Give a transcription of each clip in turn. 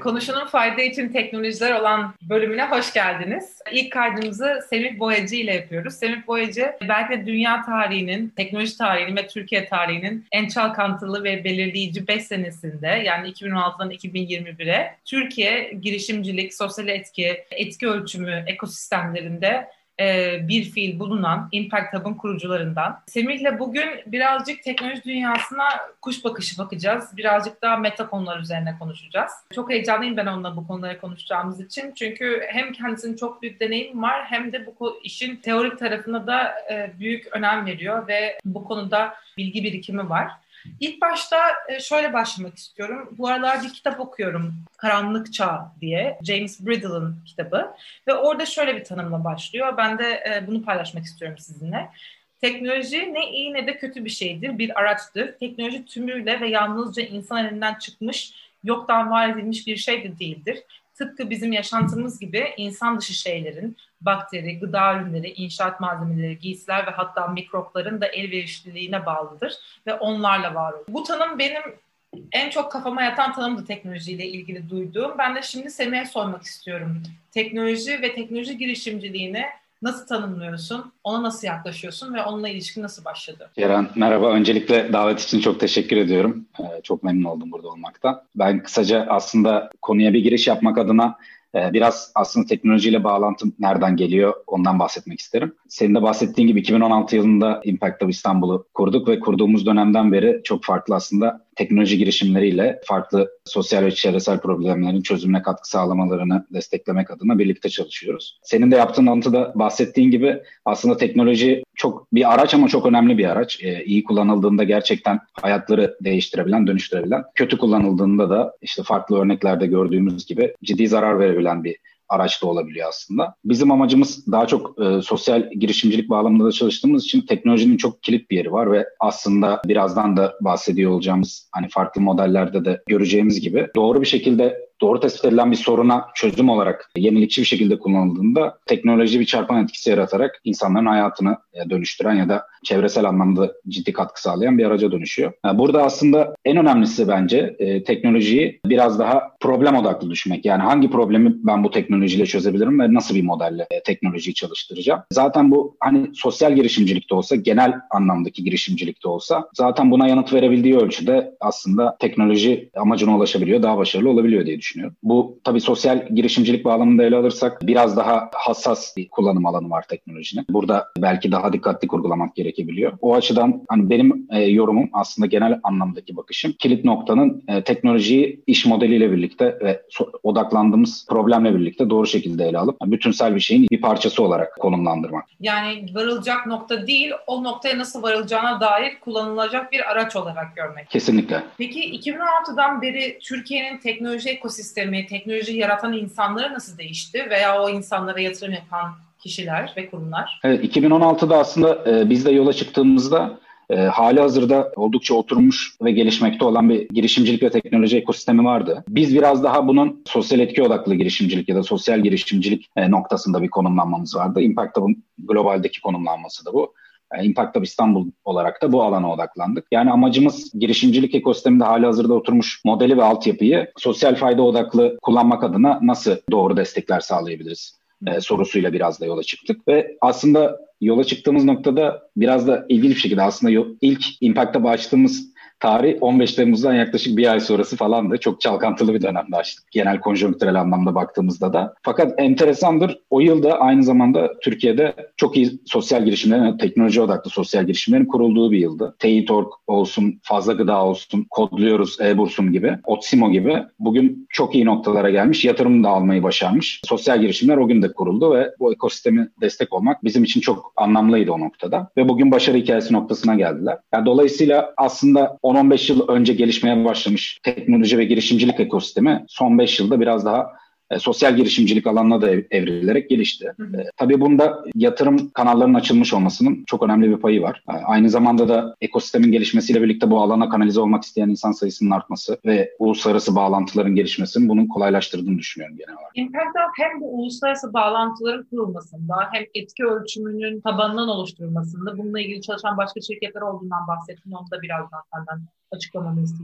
Konuşanın fayda için teknolojiler olan bölümüne hoş geldiniz. İlk kaydımızı Semih Boyacı ile yapıyoruz. Semih Boyacı belki de dünya tarihinin, teknoloji tarihinin ve Türkiye tarihinin en çalkantılı ve belirleyici 5 senesinde, yani 2016'dan 2021'e Türkiye girişimcilik, sosyal etki ölçümü ekosistemlerinde bir fiil bulunan Impact Hub'ın kurucularından. Semih'le bugün birazcık teknoloji dünyasına kuş bakışı bakacağız. Birazcık daha meta konular üzerine konuşacağız. Çok heyecanlıyım ben onunla bu konuları konuşacağımız için. Çünkü hem kendisinin çok büyük deneyimi var hem de bu işin teorik tarafına da büyük önem veriyor ve bu konuda bilgi birikimi var. İlk başta şöyle başlamak istiyorum. Bu aralar bir kitap okuyorum. Karanlık Çağ diye. James Bridle'ın kitabı. Ve orada şöyle bir tanımla başlıyor. Ben de bunu paylaşmak istiyorum sizinle. Teknoloji ne iyi ne de kötü bir şeydir. Bir araçtır. Teknoloji tümüyle ve yalnızca insan elinden çıkmış, yoktan var edilmiş bir şey de değildir. Tıpkı bizim yaşantımız gibi insan dışı şeylerin, bakteri, gıda ürünleri, inşaat malzemeleri, giysiler ve hatta mikropların da elverişliliğine bağlıdır ve onlarla var olur. Bu tanım benim en çok kafama yatan tanımdı teknolojiyle ilgili duyduğum. Ben de şimdi Semih'e sormak istiyorum. Teknoloji ve teknoloji girişimciliğini nasıl tanımlıyorsun? Ona nasıl yaklaşıyorsun ve onunla ilişkin nasıl başladı? Ceren, merhaba. Öncelikle davet için çok teşekkür ediyorum. Çok memnun oldum burada olmaktan. Ben kısaca aslında konuya bir giriş yapmak adına biraz aslında teknolojiyle bağlantım nereden geliyor ondan bahsetmek isterim. Senin de bahsettiğin gibi 2016 yılında Impact Hub İstanbul'u kurduk ve kurduğumuz dönemden beri çok farklı aslında teknoloji girişimleriyle farklı sosyal ve çevresel problemlerin çözümüne katkı sağlamalarını desteklemek adına birlikte çalışıyoruz. Senin de yaptığın anlatıda bahsettiğin gibi aslında teknoloji çok bir araç ama çok önemli bir araç. İyi kullanıldığında gerçekten hayatları değiştirebilen, dönüştürebilen. Kötü kullanıldığında da işte farklı örneklerde gördüğümüz gibi ciddi zarar verebilen bir araç da olabiliyor aslında. Bizim amacımız daha çok sosyal girişimcilik bağlamında da çalıştığımız için teknolojinin çok kilit bir yeri var ve aslında birazdan da bahsediyor olacağımız hani farklı modellerde de göreceğimiz gibi doğru bir şekilde doğru tespit edilen bir soruna çözüm olarak yenilikçi bir şekilde kullanıldığında teknoloji bir çarpan etkisi yaratarak insanların hayatını dönüştüren ya da çevresel anlamda ciddi katkı sağlayan bir araca dönüşüyor. Burada aslında en önemlisi bence teknolojiyi biraz daha problem odaklı düşünmek. Yani hangi problemi ben bu teknolojiyle çözebilirim ve nasıl bir modelle teknolojiyi çalıştıracağım. Zaten bu hani sosyal girişimcilikte olsa, genel anlamdaki girişimcilikte olsa zaten buna yanıt verebildiği ölçüde aslında teknoloji amacına ulaşabiliyor, daha başarılı olabiliyor diye düşünüyorum. Bu tabii sosyal girişimcilik bağlamında ele alırsak biraz daha hassas bir kullanım alanı var teknolojinin. Burada belki daha dikkatli kurgulamak gerekebiliyor. O açıdan hani benim yorumum aslında genel anlamdaki bakışım kilit noktanın teknolojiyi iş modeliyle birlikte ve odaklandığımız problemle birlikte doğru şekilde ele alıp bütünsel bir şeyin bir parçası olarak konumlandırmak. Yani varılacak nokta değil, o noktaya nasıl varılacağına dair kullanılacak bir araç olarak görmek. Kesinlikle. Peki 2016'dan beri Türkiye'nin teknoloji ekosistemi, teknoloji yaratan insanları nasıl değişti veya o insanlara yatırım yapan kişiler ve kurumlar? Evet, 2016'da aslında biz de yola çıktığımızda hali hazırda oldukça oturmuş ve gelişmekte olan bir girişimcilik ve teknoloji ekosistemi vardı. Biz biraz daha bunun sosyal etki odaklı girişimcilik ya da sosyal girişimcilik noktasında bir konumlanmamız vardı. Impact Hub'ın globaldeki konumlanması da bu. Impact Hub İstanbul olarak da bu alana odaklandık. Yani amacımız girişimcilik ekosisteminde hali hazırda oturmuş modeli ve altyapıyı sosyal fayda odaklı kullanmak adına nasıl doğru destekler sağlayabiliriz sorusuyla biraz da yola çıktık. Ve aslında yola çıktığımız noktada biraz da ilginç bir şekilde aslında ilk Impact'a başladığımız tarih 15 Temmuz'dan yaklaşık bir ay sonrası falandı. Çok çalkantılı bir dönemde açtık. Genel konjonktürel anlamda baktığımızda da. Fakat enteresandır. O yılda aynı zamanda Türkiye'de çok iyi sosyal girişimlerin, teknoloji odaklı sosyal girişimlerin kurulduğu bir yıldı. Teyitorg olsun, Fazla Gıda olsun, Kodluyoruz, e-Bursum gibi, Otsimo gibi bugün çok iyi noktalara gelmiş, yatırım da almayı başarmış. Sosyal girişimler o gün de kuruldu ve bu ekosistemi destek olmak bizim için çok anlamlıydı o noktada. Ve bugün başarı hikayesi noktasına geldiler. Yani dolayısıyla aslında 10-15 yıl önce gelişmeye başlamış teknoloji ve girişimcilik ekosistemi son 5 yılda biraz daha sosyal girişimcilik alanına da evrilerek gelişti. Tabii bunda yatırım kanallarının açılmış olmasının çok önemli bir payı var. Aynı zamanda da ekosistemin gelişmesiyle birlikte bu alana kanalize olmak isteyen insan sayısının artması ve uluslararası bağlantıların gelişmesinin bunun kolaylaştırdığını düşünüyorum genel olarak. Impact Hub hem bu uluslararası bağlantıların kurulmasında hem etki ölçümünün tabanından oluşturulmasında bununla ilgili çalışan başka şirketler olduğundan bahsettim. Onu da birazdan senden açıklamanı isteyeceğim.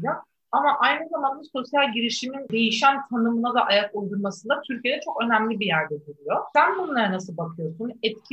Ama aynı zamanda sosyal girişimin değişen tanımına da ayak uydurmasında Türkiye'de çok önemli bir yerde duruyor. Sen bunlara nasıl bakıyorsun?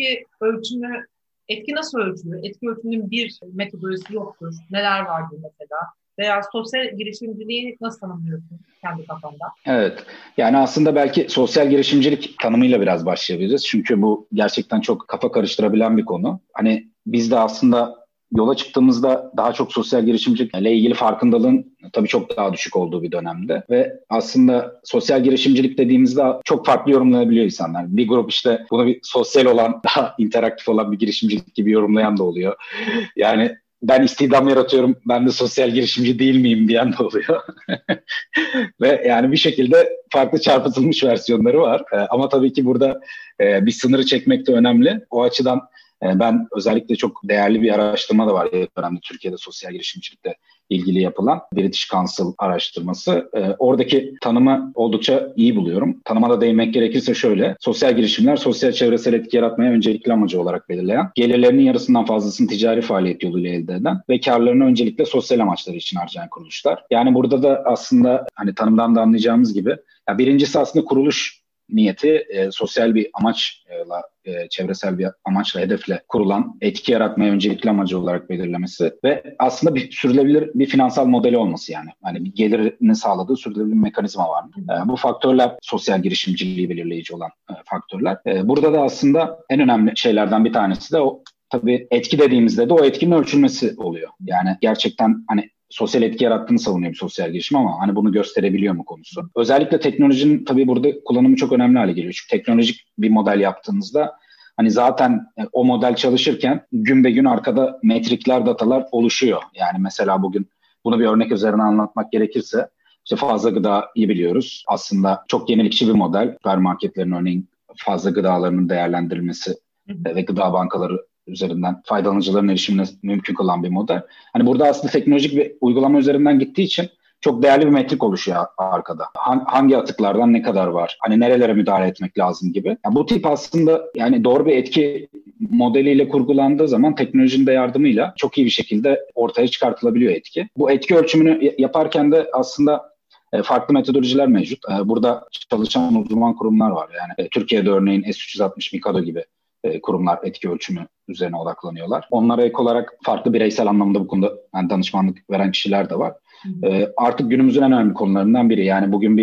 Etki nasıl ölçülür? Etki ölçümünün bir metodolojisi yoktur. Neler vardır mesela? Veya sosyal girişimciliği nasıl tanımlıyorsun kendi kafanda? Evet. Yani aslında belki sosyal girişimcilik tanımıyla biraz başlayabiliriz. Çünkü bu gerçekten çok kafa karıştırabilen bir konu. Hani biz de aslında yola çıktığımızda daha çok sosyal girişimcilikle ilgili farkındalığın tabii çok daha düşük olduğu bir dönemde ve aslında sosyal girişimcilik dediğimizde çok farklı yorumlanabiliyor insanlar. Bir grup işte bunu bir sosyal olan, daha interaktif olan bir girişimcilik gibi yorumlayan da oluyor. Yani ben istihdam yaratıyorum, ben de sosyal girişimci değil miyim diyen de oluyor. Ve yani bir şekilde farklı çarpıtılmış versiyonları var. Ama tabii ki burada bir sınırı çekmek de önemli. O açıdan ben özellikle çok değerli bir araştırma da var dönemde Türkiye'de sosyal girişimcilikle ilgili yapılan British Council araştırması. Oradaki tanımı oldukça iyi buluyorum. Tanıma da değinmek gerekirse şöyle: sosyal girişimler sosyal çevresel etki yaratmaya öncelikli amacı olarak belirleyen, gelirlerinin yarısından fazlasını ticari faaliyet yoluyla elde eden ve karlarını öncelikle sosyal amaçları için harcayan kuruluşlar. Yani burada da aslında hani tanımdan da anlayacağımız gibi ya birincisi aslında kuruluş niyeti sosyal bir amaçla, çevresel bir amaçla, hedefle kurulan, etki yaratmaya öncelikli amacı olarak belirlemesi ve aslında bir sürdürülebilir bir finansal modeli olması yani. Hani bir gelirini sağladığı sürdürülebilir bir mekanizma var. Bu faktörler sosyal girişimciliği belirleyici olan faktörler. Burada da aslında en önemli şeylerden bir tanesi de o, tabii etki dediğimizde de o etkinin ölçülmesi oluyor. Yani gerçekten hani sosyal etki yarattığını savunuyor bir sosyal girişim ama hani bunu gösterebiliyor mu konusu. Özellikle teknolojinin tabii burada kullanımı çok önemli hale geliyor. Çünkü teknolojik bir model yaptığınızda hani zaten o model çalışırken gün be gün arkada metrikler, datalar oluşuyor. Yani mesela bugün bunu bir örnek üzerine anlatmak gerekirse işte fazla gıdayı biliyoruz. Aslında çok yenilikçi bir model. Süpermarketlerin örneğin fazla gıdalarının değerlendirilmesi ve gıda bankaları üzerinden faydalanıcıların erişimine mümkün kılan bir model. Hani burada aslında teknolojik bir uygulama üzerinden gittiği için çok değerli bir metrik oluşuyor arkada. Hangi atıklardan ne kadar var? Hani nerelere müdahale etmek lazım gibi. Yani bu tip aslında yani doğru bir etki modeliyle kurgulandığı zaman teknolojinin de yardımıyla çok iyi bir şekilde ortaya çıkartılabiliyor etki. Bu etki ölçümünü yaparken de aslında farklı metodolojiler mevcut. Burada çalışan uzman kurumlar var. Yani Türkiye'de örneğin S360 Mikado gibi kurumlar etki ölçümü üzerine odaklanıyorlar. Onlara ek olarak farklı bireysel anlamda bu konuda yani danışmanlık veren kişiler de var. Artık günümüzün en önemli konularından biri. Yani bugün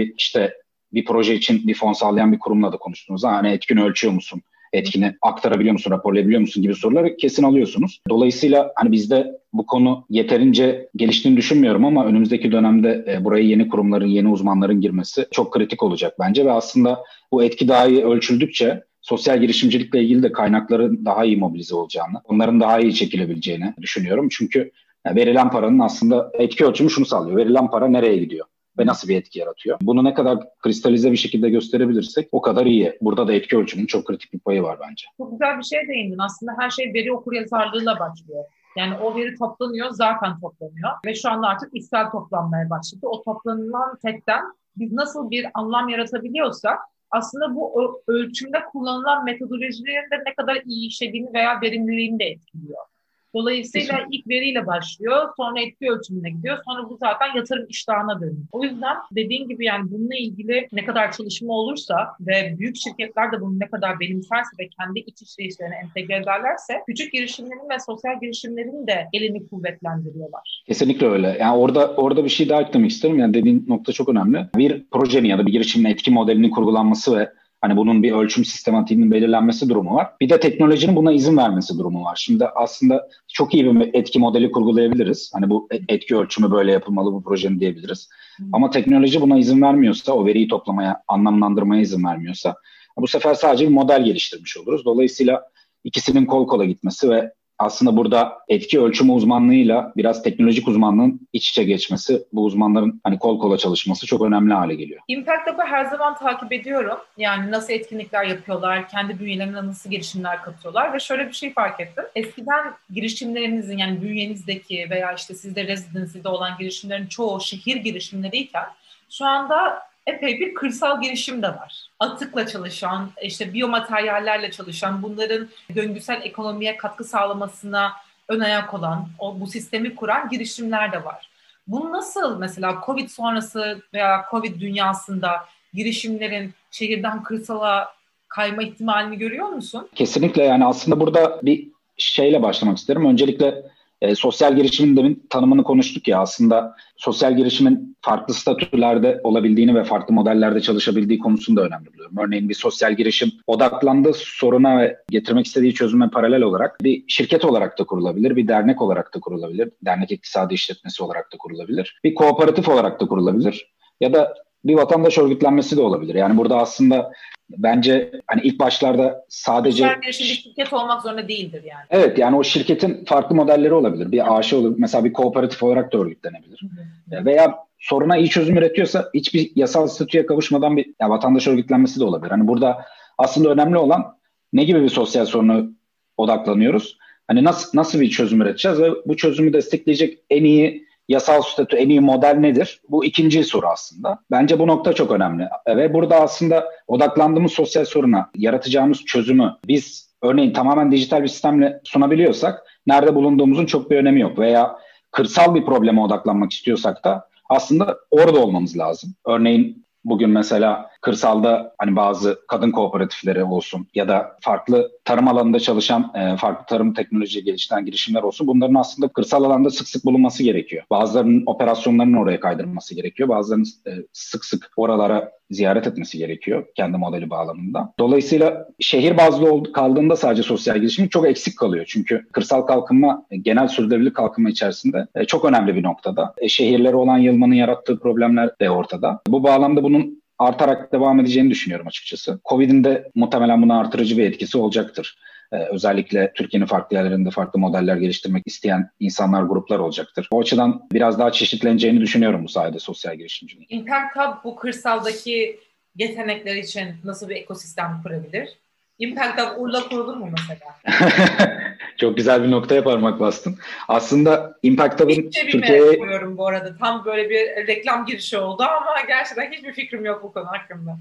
bir proje için bir fon sağlayan bir kurumla da konuştuğunuzda hani etkini ölçüyor musun? Etkini aktarabiliyor musun, raporlayabiliyor musun gibi soruları kesin alıyorsunuz. Dolayısıyla hani bizde bu konu yeterince geliştiğini düşünmüyorum ama önümüzdeki dönemde buraya yeni kurumların, yeni uzmanların girmesi çok kritik olacak bence ve aslında bu etki daha iyi ölçüldükçe sosyal girişimcilikle ilgili de kaynakların daha iyi mobilize olacağını, onların daha iyi çekilebileceğini düşünüyorum. Çünkü verilen paranın aslında etki ölçümü şunu sağlıyor: verilen para nereye gidiyor ve nasıl bir etki yaratıyor? Bunu ne kadar kristalize bir şekilde gösterebilirsek o kadar iyi. Burada da etki ölçümünün çok kritik bir payı var bence. Çok güzel bir şeye değindin. Aslında her şey veri okuryazarlığıyla başlıyor. Yani o veri toplanıyor, zaten toplanıyor. Ve şu anda artık içsel toplanmaya başladı. O toplanılan tekten biz nasıl bir anlam yaratabiliyorsak aslında bu ölçümde kullanılan metodolojilerin de ne kadar iyi işlediğini veya verimliliğini de etkiliyor. Dolayısıyla Kesinlikle. ilk veriyle başlıyor, sonra etki ölçümüne gidiyor, sonra bu zaten yatırım iştahına dönüyor. O yüzden dediğin gibi yani bununla ilgili ne kadar çalışma olursa ve büyük şirketler de bunu ne kadar benimserse ve kendi iç işleyişlerine entegre ederlerse küçük girişimlerin ve sosyal girişimlerin de elini kuvvetlendiriyorlar. Kesinlikle öyle. Yani orada bir şey daha eklemek isterim. Yani dediğin nokta çok önemli. Bir projenin ya da bir girişimin etki modelinin kurgulanması ve hani bunun bir ölçüm sistematiğinin belirlenmesi durumu var. Bir de teknolojinin buna izin vermesi durumu var. Şimdi aslında çok iyi bir etki modeli kurgulayabiliriz. Hani bu etki ölçümü böyle yapılmalı bu projenin diyebiliriz. Ama teknoloji buna izin vermiyorsa, o veriyi toplamaya, anlamlandırmaya izin vermiyorsa bu sefer sadece bir model geliştirmiş oluruz. Dolayısıyla ikisinin kol kola gitmesi ve aslında burada etki ölçümü uzmanlığıyla biraz teknolojik uzmanlığın iç içe geçmesi, bu uzmanların hani kol kola çalışması çok önemli hale geliyor. Impact Hub'ı her zaman takip ediyorum. Yani nasıl etkinlikler yapıyorlar, kendi bünyelerine nasıl girişimler katıyorlar ve şöyle bir şey fark ettim. Eskiden girişimlerinizin yani bünyenizdeki veya işte sizde residency'de olan girişimlerin çoğu şehir girişimleriyken şu anda epey bir kırsal girişim de var. Atıkla çalışan, işte biyomateryallerle çalışan, bunların döngüsel ekonomiye katkı sağlamasına ön ayak olan, bu sistemi kuran girişimler de var. Bu nasıl mesela Covid sonrası veya Covid dünyasında girişimlerin şehirden kırsala kayma ihtimalini görüyor musun? Kesinlikle, yani aslında burada bir şeyle başlamak isterim. Öncelikle sosyal girişimin demin tanımını konuştuk ya, aslında sosyal girişimin farklı statülerde olabildiğini ve farklı modellerde çalışabildiği konusunu da önemli buluyorum. Örneğin bir sosyal girişim odaklandığı soruna ve getirmek istediği çözüme paralel olarak bir şirket olarak da kurulabilir, bir dernek olarak da kurulabilir, dernek iktisadi işletmesi olarak da kurulabilir, bir kooperatif olarak da kurulabilir ya da bir vatandaş örgütlenmesi de olabilir. Yani burada aslında bence hani ilk başlarda sadece... Sosyal girişim bir şirket olmak zorunda değildir yani. Evet, yani o şirketin farklı modelleri olabilir. Bir AŞ olur, mesela bir kooperatif olarak da örgütlenebilir. Veya soruna iyi çözüm üretiyorsa hiçbir yasal statüye kavuşmadan bir vatandaş örgütlenmesi de olabilir. Hani burada aslında önemli olan ne gibi bir sosyal sorunu odaklanıyoruz? Hani nasıl bir çözüm üreteceğiz ve bu çözümü destekleyecek en iyi yasal statü, en iyi model nedir? Bu ikinci soru aslında. Bence bu nokta çok önemli. Ve burada aslında odaklandığımız sosyal soruna, yaratacağımız çözümü biz örneğin tamamen dijital bir sistemle sunabiliyorsak nerede bulunduğumuzun çok bir önemi yok. Veya kırsal bir probleme odaklanmak istiyorsak da aslında orada olmamız lazım. Örneğin bugün mesela kırsalda hani bazı kadın kooperatifleri olsun ya da farklı tarım alanında çalışan, farklı tarım teknoloji geliştiren girişimler olsun. Bunların aslında kırsal alanda sık sık bulunması gerekiyor. Bazılarının operasyonlarının oraya kaydırılması gerekiyor. Bazılarının sık sık oralara ziyaret etmesi gerekiyor kendi modeli bağlamında. Dolayısıyla şehir bazlı kaldığında sadece sosyal girişim çok eksik kalıyor. Çünkü kırsal kalkınma genel sürdürülebilir kalkınma içerisinde çok önemli bir noktada. Şehirlere olan yığılmanın yarattığı problemler de ortada. Bu bağlamda bunun artarak devam edeceğini düşünüyorum açıkçası. Covid'in de muhtemelen buna artırıcı bir etkisi olacaktır. Özellikle Türkiye'nin farklı yerlerinde farklı modeller geliştirmek isteyen insanlar, gruplar olacaktır. O açıdan biraz daha çeşitleneceğini düşünüyorum bu sayede sosyal girişimciliğin. Impact Hub bu kırsaldaki yetenekler için nasıl bir ekosistem kurabilir? Impact Hub Urla kurulur mu mesela? Çok güzel bir noktaya parmak bastın. Aslında Impact Hub'ın Türkiye'ye... koyuyorum bu arada. Tam böyle bir reklam girişi oldu ama gerçekten hiçbir fikrim yok bu konu hakkında.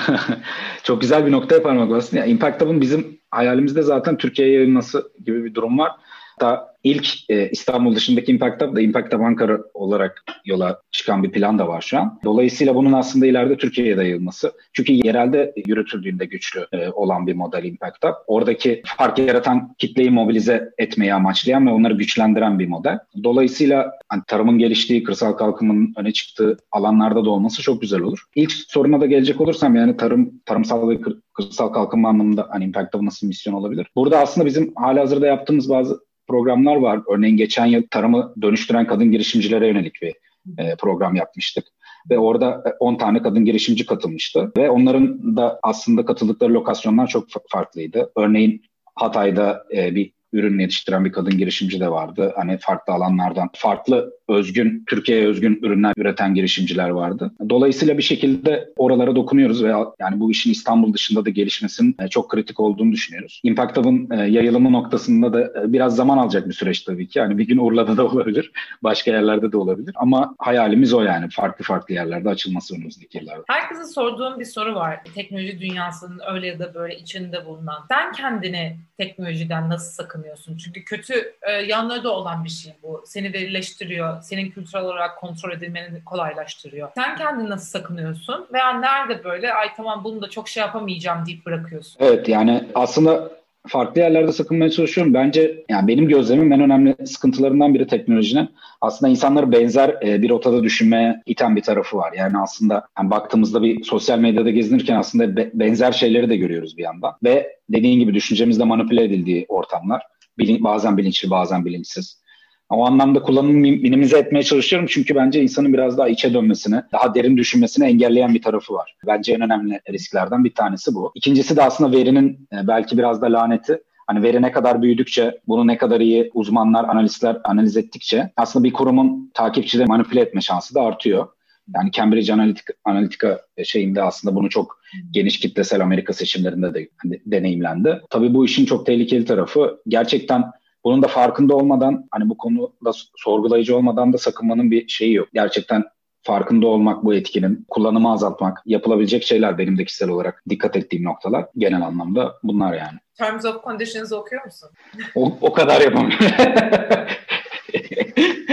Çok güzel bir noktaya parmak bastın. Yani Impact Hub'ın bizim hayalimizde zaten Türkiye'ye yayılması gibi bir durum var. Hatta ilk İstanbul dışındaki Impact Hub da Impact Hub Ankara olarak yola çıkan bir plan da var şu an. Dolayısıyla bunun aslında ileride Türkiye'ye yayılması. Çünkü yerelde yürütüldüğünde güçlü olan bir model Impact Hub. Oradaki fark yaratan kitleyi mobilize etmeyi amaçlayan ve onları güçlendiren bir model. Dolayısıyla hani tarımın geliştiği, kırsal kalkınmanın öne çıktığı alanlarda da olması çok güzel olur. İlk soruna da gelecek olursam, yani tarımsal ve kırsal kalkınma anlamında hani Impact Hub nasıl bir misyon olabilir? Burada aslında bizim halihazırda yaptığımız bazı programlar var. Örneğin geçen yıl tarımı dönüştüren kadın girişimcilere yönelik bir program yapmıştık. Ve orada 10 tane kadın girişimci katılmıştı. Ve onların da aslında katıldıkları lokasyonlar çok farklıydı. Örneğin Hatay'da bir ürün yetiştiren bir kadın girişimci de vardı. Hani farklı alanlardan, farklı Türkiye'ye özgün ürünler üreten girişimciler vardı. Dolayısıyla bir şekilde oralara dokunuyoruz ve yani bu işin İstanbul dışında da gelişmesinin çok kritik olduğunu düşünüyoruz. Impact Hub'ın yayılımı noktasında da biraz zaman alacak bir süreç tabii ki. Yani bir gün Urla'da da olabilir, başka yerlerde de olabilir. Ama hayalimiz o, yani farklı yerlerde açılması önümüzdeki yıllarda. Herkese sorduğum bir soru var. Teknoloji dünyasının öyle ya da böyle içinde bulunan. Sen kendini teknolojiden nasıl sakınıyorsun? Çünkü kötü yanları da olan bir şey bu. Seni verileştiriyor, senin kültürel olarak kontrol edilmeni kolaylaştırıyor. Sen kendini nasıl sakınıyorsun? Veya nerede böyle ay tamam bunu da çok şey yapamayacağım deyip bırakıyorsun? Evet, yani aslında farklı yerlerde sakınmaya çalışıyorum. Bence yani benim gözlemim en önemli sıkıntılarından biri teknolojinin aslında insanları benzer bir rotada düşünmeye iten bir tarafı var. Yani aslında yani baktığımızda bir sosyal medyada gezinirken aslında benzer şeyleri de görüyoruz bir yandan. Ve dediğin gibi düşüncemizle manipüle edildiği ortamlar. Bazen bilinçli, bazen bilinçsiz. O anlamda kullanımı minimize etmeye çalışıyorum çünkü bence insanın biraz daha içe dönmesini, daha derin düşünmesini engelleyen bir tarafı var. Bence en önemli risklerden bir tanesi bu. İkincisi de aslında verinin belki biraz da laneti. Hani veri ne kadar büyüdükçe, bunu ne kadar iyi uzmanlar, analistler analiz ettikçe aslında bir kurumun takipçileri manipüle etme şansı da artıyor. Yani Cambridge Analytica şeyinde aslında bunu çok geniş kitlesel Amerika seçimlerinde de deneyimlendi. Tabii bu işin çok tehlikeli tarafı gerçekten bunun da farkında olmadan, hani bu konuda sorgulayıcı olmadan da sakınmanın bir şeyi yok. Gerçekten farkında olmak, bu etkinin kullanımı azaltmak, yapılabilecek şeyler benim de kişisel olarak dikkat ettiğim noktalar genel anlamda bunlar yani. Terms of Conditions okuyor musun? O kadar yapamıyorum.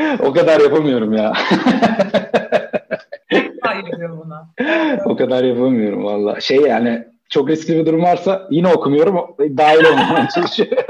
O kadar yapamıyorum ya. Hayır diyor buna. O kadar yapamıyorum valla. Yani çok riskli bir durum varsa yine okumuyorum. Dahil olmaya çalışıyorum.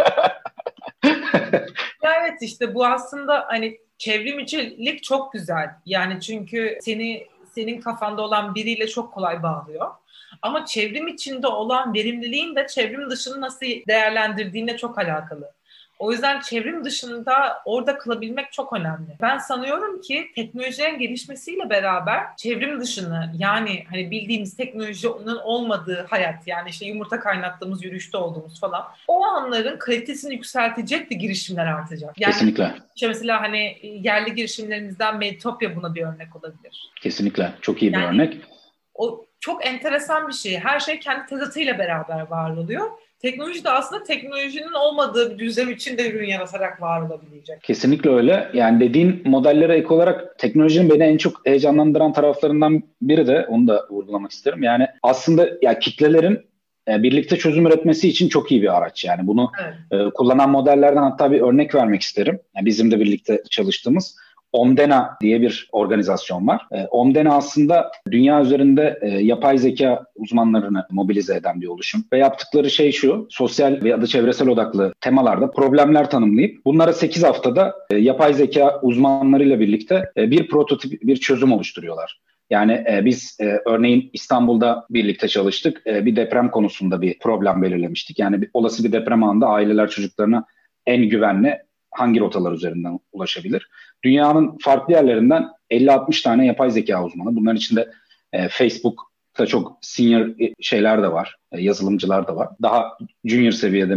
Ya evet, işte bu aslında hani çevrim içilik çok güzel. Yani çünkü senin kafanda olan biriyle çok kolay bağlıyor. Ama çevrim içinde olan verimliliğin de çevrim dışını nasıl değerlendirdiğine çok alakalı. O yüzden çevrim dışında orada kalabilmek çok önemli. Ben sanıyorum ki teknolojinin gelişmesiyle beraber çevrim dışını, yani hani bildiğimiz teknolojinin olmadığı hayat, yani işte yumurta kaynattığımız, yürüyüşte olduğumuz falan, o anların kalitesini yükseltecek de girişimler artacak. Yani Kesinlikle. işte mesela hani yerli girişimlerimizden Meditopya buna bir örnek olabilir. Kesinlikle. Çok iyi bir Yani örnek. o çok enteresan bir şey. Her şey kendi tezatıyla beraber var oluyor. Teknoloji de aslında teknolojinin olmadığı bir düzlem içinde ürün yaratarak var olabilecek. Kesinlikle öyle. Yani dediğin modellere ek olarak teknolojinin beni en çok heyecanlandıran taraflarından biri de, onu da vurgulamak isterim. Yani aslında ya kitlelerin birlikte çözüm üretmesi için çok iyi bir araç. Yani bunu Evet. kullanan modellerden hatta bir örnek vermek isterim. Yani bizim de birlikte çalıştığımız Omdena diye bir organizasyon var. Omdena aslında dünya üzerinde yapay zeka uzmanlarını mobilize eden bir oluşum. Ve yaptıkları şey şu: sosyal ya da çevresel odaklı temalarda problemler tanımlayıp bunlara 8 haftada yapay zeka uzmanlarıyla birlikte bir prototip, bir çözüm oluşturuyorlar. Yani biz örneğin İstanbul'da birlikte çalıştık. Bir deprem konusunda bir problem belirlemiştik. Yani olası bir deprem anında aileler çocuklarına en güvenli hangi rotalar üzerinden ulaşabilir? Dünyanın farklı yerlerinden 50-60 tane yapay zeka uzmanı. Bunların içinde Facebook'ta çok senior şeyler de var, yazılımcılar da var. Daha junior seviyede,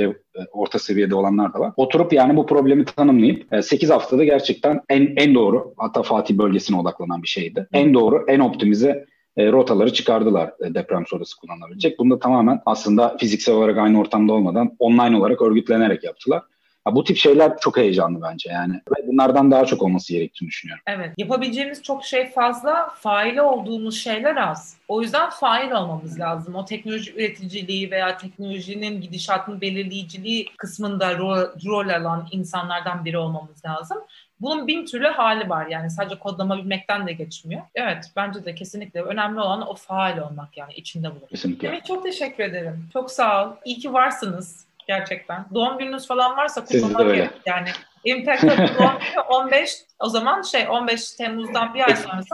orta seviyede olanlar da var. Oturup yani bu problemi tanımlayıp 8 haftada gerçekten en doğru, hatta Fatih bölgesine odaklanan bir şeydi. En doğru, en optimize rotaları çıkardılar deprem sonrası kullanılabilecek. Bunu da tamamen aslında fiziksel olarak aynı ortamda olmadan online olarak örgütlenerek yaptılar. Ya bu tip şeyler çok heyecanlı bence yani. Ve bunlardan daha çok olması gerektiğini düşünüyorum. Evet. Yapabileceğimiz çok şey fazla, faili olduğumuz şeyler az. O yüzden fail olmamız lazım. O teknoloji üreticiliği veya teknolojinin gidişatını belirleyiciliği kısmında rol alan insanlardan biri olmamız lazım. Bunun bin türlü hali var, yani sadece kodlama bilmekten de geçmiyor. Evet, bence de kesinlikle önemli olan o faal olmak, yani içinde bulunmak. Kesinlikle. Evet, çok teşekkür ederim. Çok sağ ol. İyi ki varsınız gerçekten. Doğum gününüz falan varsa Siz de kutlamak öyle. gerek yani. Impact'ın doğum günü 15, o zaman 15 Temmuz'dan bir ay sonrası.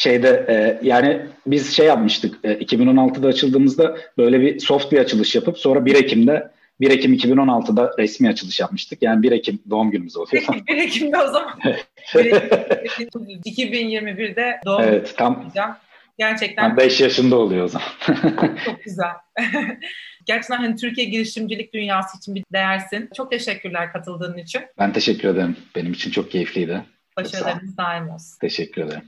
Yani biz yapmıştık. 2016'da açıldığımızda böyle bir soft bir açılış yapıp sonra 1 Ekim 2016'da resmi açılış yapmıştık. Yani 1 Ekim doğum günümüz oluyor. Peki 1 Ekim'de o zaman 1 Ekim 2021'de doğum günü Evet, tam gerçekten 5 yaşında oluyor o zaman. çok güzel. Gerçekten hani Türkiye girişimcilik dünyası için bir değersin. Çok teşekkürler katıldığın için. Ben teşekkür ederim. Benim için çok keyifliydi. Çok sağ ol. Başarılarınız daim olsun. Teşekkür ederim.